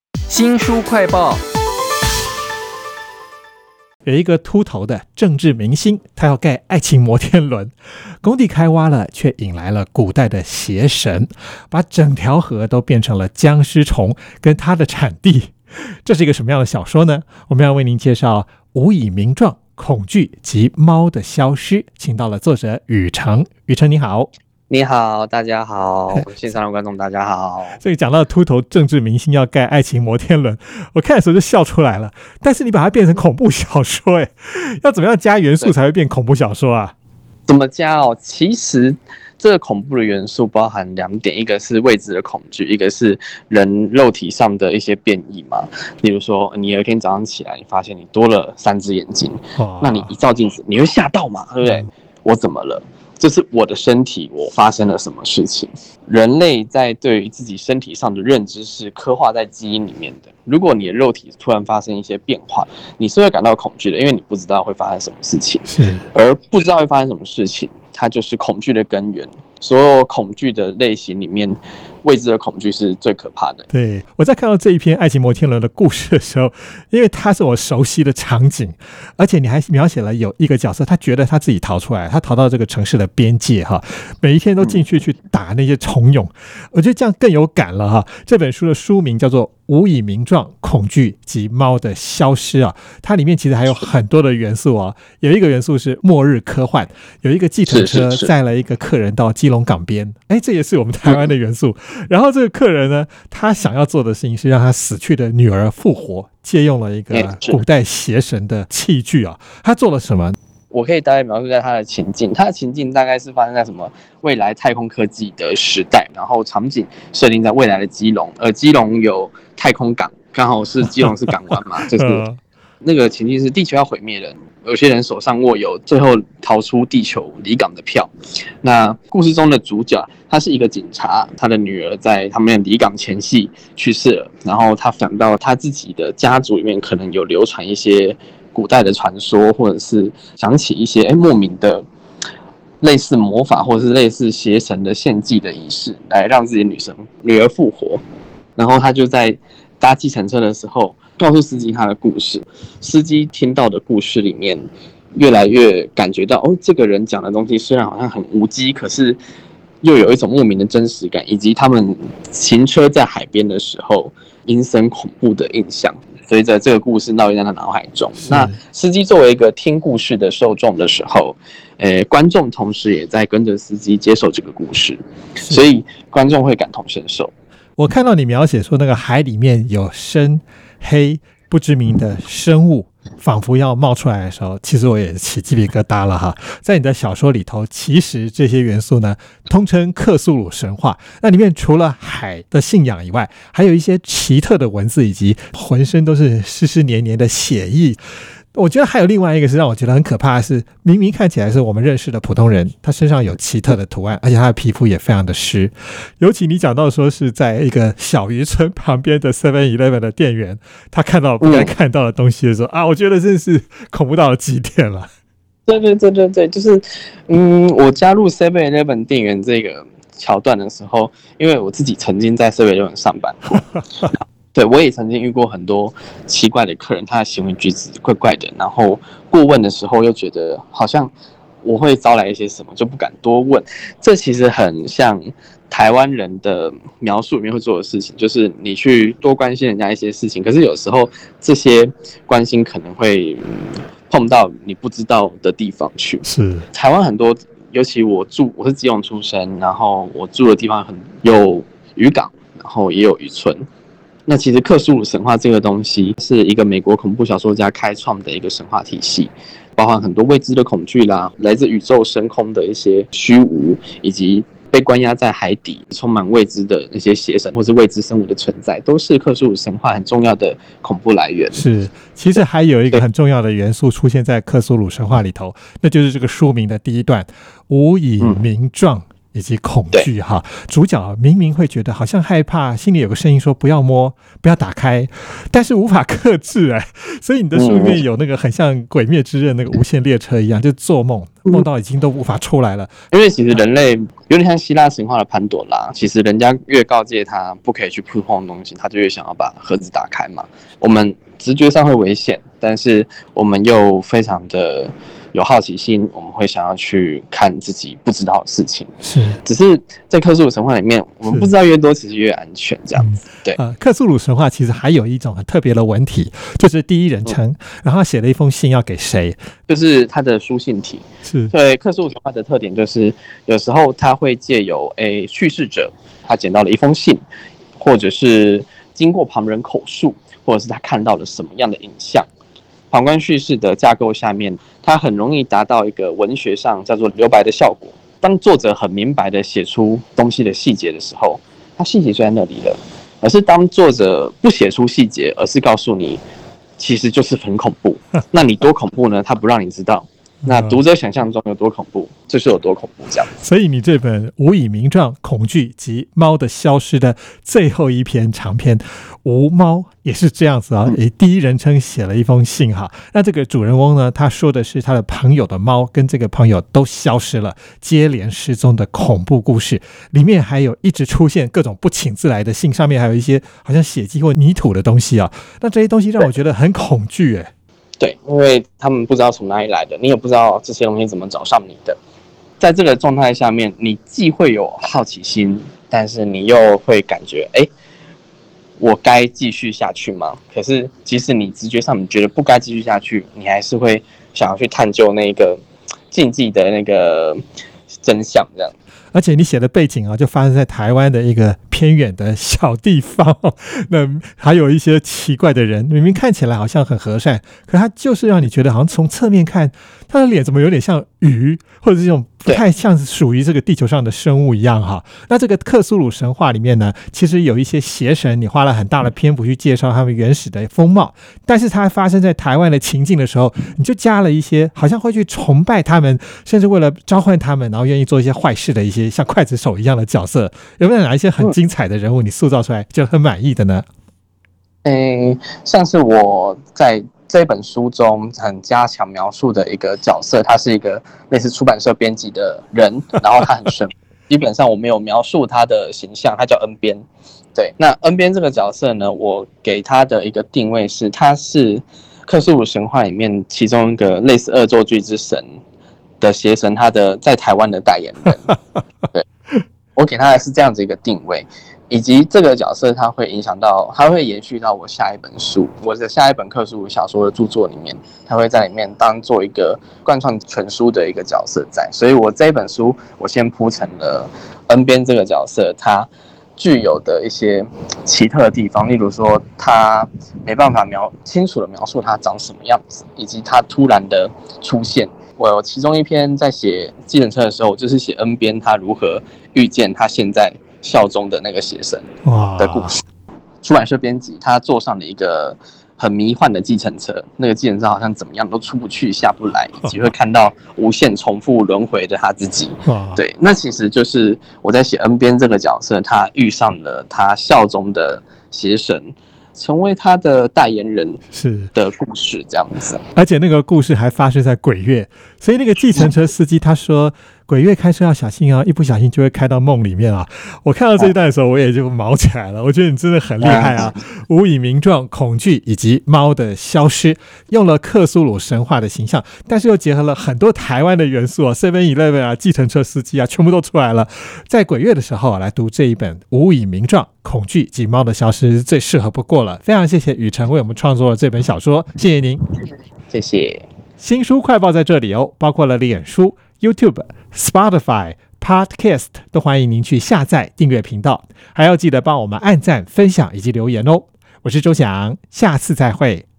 新书快报。 有一个秃头的政治明星，他要盖爱情摩天轮，工地开挖了，却引来了古代的邪神，把整条河都变成了僵尸虫跟它的产地。这是一个什么样的小说呢？我们要为您介绍《无以名状：恐惧及猫的消失》，请到了作者宇成。宇成你好。 你好，大家好，线上的观众大家好。 所以讲到秃头政治明星要盖爱情摩天轮，我看的时候就笑出来了。但是你把它变成恐怖小说，要怎么样加元素才会变恐怖小说啊？ 怎么加哦？其实这个恐怖的元素包含两点，一个是未知的恐惧，一个是人肉体上的一些变异嘛。例如说，你有一天早上起来，你发现你多了3只眼睛，那你一照镜子，你会吓到嘛？对不对？我怎么了？这是我的身体，我发生了什么事情？人类在对于自己身体上的认知是刻画在基因里面的。如果你的肉体突然发生一些变化，你是会感到恐惧的，因为你不知道会发生什么事情。而不知道会发生什么事情，它就是恐惧的根源。所有恐惧的类型里面，未知的恐惧是最可怕的。 对，我在看到这一篇爱情摩天轮的故事的时候，因为它是我熟悉的场景，而且你还描写了有一个角色，他觉得他自己逃出来，他逃到这个城市的边界哈，每一天都进去打那些虫蛹，我觉得这样更有感了哈。这本书的书名叫做《无以名状：恐惧及猫的消失》啊，它里面其实还有很多的元素啊。有一个元素是末日科幻，有一个计程车载了一个客人到基隆港边，这也是我们台湾的元素。然后这个客人呢，他想要做的事情是让他死去的女儿复活，借用了一个古代邪神的器具啊。他做了什么？ 我可以大概描述在他的情境，他的情境大概是发生在什么未来太空科技的时代，然后场景设定在未来的基隆，基隆有太空港，刚好是基隆是港湾嘛，就是那个情境是地球要毁灭了，有些人手上握有最后逃出地球离港的票。那故事中的主角他是一个警察，他的女儿在他们离港前夕去世了，然后他想到他自己的家族里面可能有流传一些古代的传说，或者是想起一些莫名的类似魔法或者是类似邪神的献祭的仪式，来让自己的女儿复活。然后他就在搭计程车的时候告诉司机他的故事，司机听到的故事里面越来越感觉到这个人讲的东西虽然好像很无稽，可是又有一种莫名的真实感，以及他们行车在海边的时候阴森恐怖的印象，随着这个故事烙印在他脑海中。那司机作为一个听故事的受众的时候，观众同时也在跟着司机接受这个故事，所以观众会感同身受。 我看到你描写说那个海里面有深黑不知名的生物仿佛要冒出来的时候，其实我也起鸡皮疙瘩了哈。在你的小说里头，其实这些元素呢通称克苏鲁神话，那里面除了海的信仰以外，还有一些奇特的文字，以及浑身都是湿湿黏黏的血液。我觉得还有另外一个是让我觉得很可怕的是，明明看起来是我们认识的普通人，他身上有奇特的图案，而且他的皮肤也非常的湿。尤其你讲到说是在一个小渔村旁边的 7-Eleven 的店员，他看到不该看到的东西的时候我觉得真是恐怖到了极点了。 对，就是我加入 7-Eleven 店员这个桥段的时候，因为我自己曾经在 7-Eleven 上班对，我也曾经遇过很多奇怪的客人，他的行为举止怪怪的，然后过问的时候又觉得好像我会招来一些什么，就不敢多问。这其实很像台湾人的描述里面会做的事情，就是你去多关心人家一些事情，可是有时候这些关心可能会碰到你不知道的地方去。 是台湾很多，尤其我是基隆出生，然后我住的地方有渔港，然后也有渔村。那其实克苏鲁神话这个东西是一个美国恐怖小说家开创的一个神话体系，包含很多未知的恐惧啦，来自宇宙深空的一些虚无，以及被关押在海底充满未知的那些邪神或是未知生物的存在，都是克苏鲁神话很重要的恐怖来源。 是，其实还有一个很重要的元素出现在克苏鲁神话里头，那就是这个书名的第一段无以名状以及恐惧哈。主角明明会觉得好像害怕，心里有个声音说不要摸，不要打开，但是无法克制所以你的书里面有那个很像《鬼灭之刃》那个无限列车一样，就做梦到已经都无法出来了。 因为其实人类有点像希腊神话的潘朵拉，其实人家越告诫他不可以去触碰的东西，他就越想要把盒子打开嘛。我们直觉上会危险，但是我们又非常的有好奇心，我们会想要去看自己不知道的事情。 是， 只是在克苏鲁神话里面，我们不知道越多，其实越安全，这样子。对， 克苏鲁神话其实还有一种很特别的文体，就是第一人称，然后写了一封信要给谁， 就是他的书信体。 是， 对，克苏鲁神话的特点就是有时候他会借由叙事者，他捡到了一封信，或者是经过旁人口述，或者是他看到了什么样的影像。旁观叙事的架构下面，它很容易达到一个文学上叫做留白的效果。当作者很明白的写出东西的细节的时候，它细节就在那里了。而是当作者不写出细节，而是告诉你，其实就是很恐怖。那你多恐怖呢？他不让你知道。那读者想象中有多恐怖，就是有多恐怖这样。 所以你这本《无以名状：恐惧及猫的消失》的最后一篇长篇《无猫》也是这样子啊，以第一人称写了一封信哈。那这个主人翁呢，他说的是他的朋友的猫跟这个朋友都消失了，接连失踪的恐怖故事。里面还有一直出现各种不请自来的信，上面还有一些好像血迹或泥土的东西啊。那这些东西让我觉得很恐惧对，因为他们不知道从哪里来的，你也不知道这些东西怎么找上你的。在这个状态下面，你既会有好奇心，但是你又会感觉，我该继续下去吗？可是即使你直觉上你觉得不该继续下去，你还是会想要去探究那个禁忌的那个真相，这样。 而且你写的背景就发生在台湾的一个偏远的小地方那还有一些奇怪的人，明明看起来好像很和善，可他就是让你觉得好像从侧面看他的脸怎么有点像鱼，或者这种不太像是属于这个地球上的生物一样哈。那这个克苏鲁神话里面呢，其实有一些邪神，你花了很大的篇幅去介绍他们原始的风貌，但是它发生在台湾的情境的时候，你就加了一些好像会去崇拜他们，甚至为了召唤他们，然后愿意做一些坏事的一些像刽子手一样的角色。有没有哪一些很精彩的人物你塑造出来就很满意的呢？ 像是我在这本书中很加强描述的一个角色，他是一个类似出版社编辑的人，然后他很神基本上我没有描述他的形象，他叫恩边。对，那恩边这个角色呢，我给他的一个定位是，他是克苏鲁神话里面其中一个类似恶作剧之神的邪神，他的在台湾的代言人。对，我给他的是这样子一个定位。以及这个角色，它会影响到，它会延续到我下一本书，我的下一本克苏鲁小说的著作里面，它会在里面当做一个贯穿全书的一个角色在。所以我这一本书，我先铺成了恩边这个角色，它具有的一些奇特的地方，例如说，它没办法清楚的描述它长什么样子，以及它突然的出现。我其中一篇在写计程车的时候，我就是写恩边他如何遇见他现在效忠的那个邪神的故事。出版社编辑他坐上了一个很迷幻的计程车，那个计程车好像怎么样都出不去下不来，以及会看到无限重复轮回的他自己。对，那其实就是我在写恩边这个角色，他遇上了他效忠的邪神，成为他的代言人的故事这样子。 而且那个故事还发生在鬼月，所以那个计程车司机他说鬼月开车要小心一不小心就会开到梦里面我看到这一段的时候我也就毛起来了，我觉得你真的很厉害无以名状、恐惧以及猫的消失，用了克苏鲁神话的形象，但是又结合了很多台湾的元素7-11计程车司机全部都出来了。在鬼月的时候来读这一本无以名状、恐惧及猫的消失最适合不过了。非常谢谢宇辰为我们创作了这本小说，谢谢您。 谢谢。 新书快报在这里包括了脸书、YouTube、Spotify、Podcast 都欢迎您去下载订阅频道，还要记得帮我们按赞、分享以及留言我是周翔，下次再会。